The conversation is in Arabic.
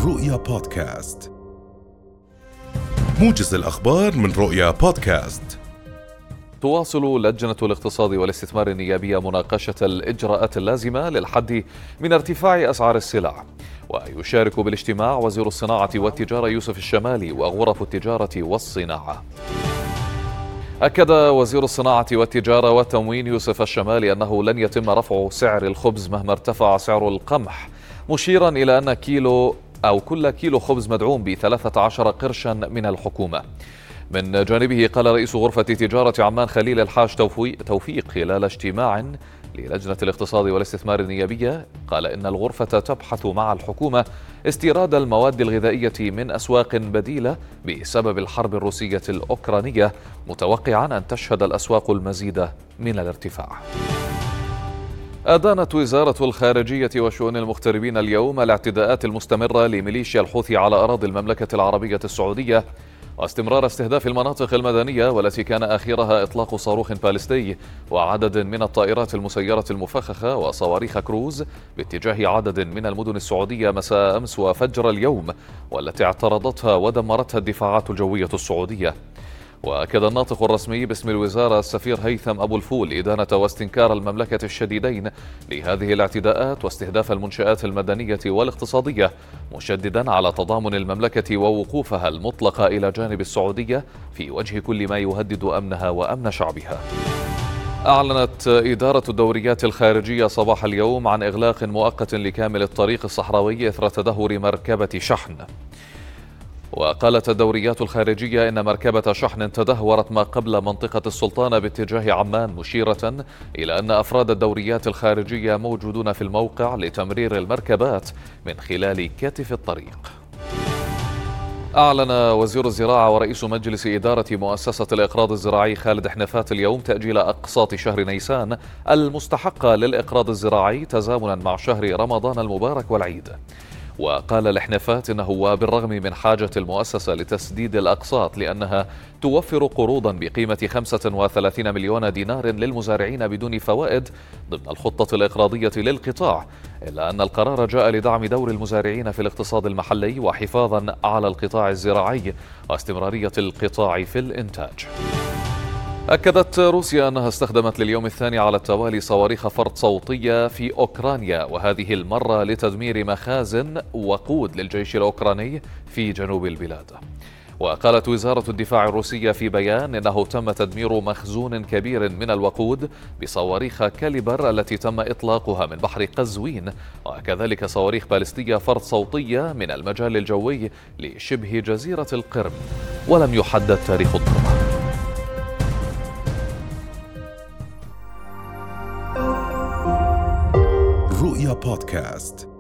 رؤيا بودكاست، موجز الأخبار من رؤيا بودكاست. تواصل لجنة الاقتصاد والاستثمار النيابية مناقشة الإجراءات اللازمة للحد من ارتفاع أسعار السلع. ويشارك بالاجتماع وزير الصناعة والتجارة يوسف الشمالي وغرف التجارة والصناعة. أكد وزير الصناعة والتجارة والتموين يوسف الشمالي أنه لن يتم رفع سعر الخبز مهما ارتفع سعر القمح، مشيرا إلى أن كل كيلو خبز مدعوم ب13 قرشا من الحكومة. من جانبه قال رئيس غرفة تجارة عمان خليل الحاج توفيق خلال اجتماع للجنة الاقتصاد والاستثمار النيابية، قال إن الغرفة تبحث مع الحكومة استيراد المواد الغذائية من أسواق بديلة بسبب الحرب الروسية الأوكرانية، متوقعا أن تشهد الأسواق المزيد من الارتفاع. أدانت وزارة الخارجية وشؤون المغتربين اليوم الاعتداءات المستمرة لميليشيا الحوثي على أراضي المملكة العربية السعودية، واستمرار استهداف المناطق المدنية، والتي كان آخرها إطلاق صاروخ باليستي وعدد من الطائرات المسيرة المفخخة وصواريخ كروز باتجاه عدد من المدن السعودية مساء أمس وفجر اليوم، والتي اعترضتها ودمرتها الدفاعات الجوية السعودية. وأكد الناطق الرسمي باسم الوزارة السفير هيثم أبو الفول إدانة واستنكار المملكة الشديدين لهذه الاعتداءات واستهداف المنشآت المدنية والاقتصادية، مشددا على تضامن المملكة ووقوفها المطلق إلى جانب السعودية في وجه كل ما يهدد أمنها وأمن شعبها. أعلنت إدارة الدوريات الخارجية صباح اليوم عن إغلاق مؤقت لكامل الطريق الصحراوي إثر تدهور مركبة شحن. وقالت الدوريات الخارجية إن مركبة شحن تدهورت ما قبل منطقة السلطانة باتجاه عمان، مشيرة إلى أن أفراد الدوريات الخارجية موجودون في الموقع لتمرير المركبات من خلال كتف الطريق. أعلن وزير الزراعة ورئيس مجلس إدارة مؤسسة الإقراض الزراعي خالد حنفات اليوم تأجيل أقساط شهر نيسان المستحقة للإقراض الزراعي تزامنا مع شهر رمضان المبارك والعيد. وقال الحنفات إنه وبالرغم من حاجة المؤسسة لتسديد الأقساط لأنها توفر قروضا بقيمة 35 مليون دينار للمزارعين بدون فوائد ضمن الخطة الإقراضية للقطاع، إلا أن القرار جاء لدعم دور المزارعين في الاقتصاد المحلي وحفاظا على القطاع الزراعي واستمرارية القطاع في الإنتاج. أكدت روسيا أنها استخدمت لليوم الثاني على التوالي صواريخ فرد صوتية في أوكرانيا، وهذه المرة لتدمير مخازن وقود للجيش الأوكراني في جنوب البلاد. وقالت وزارة الدفاع الروسية في بيان إنه تم تدمير مخزون كبير من الوقود بصواريخ كاليبر التي تم إطلاقها من بحر قزوين، وكذلك صواريخ باليستية فرد صوتية من المجال الجوي لشبه جزيرة القرم، ولم يحدد تاريخ الضربة. رؤيا بودكاست.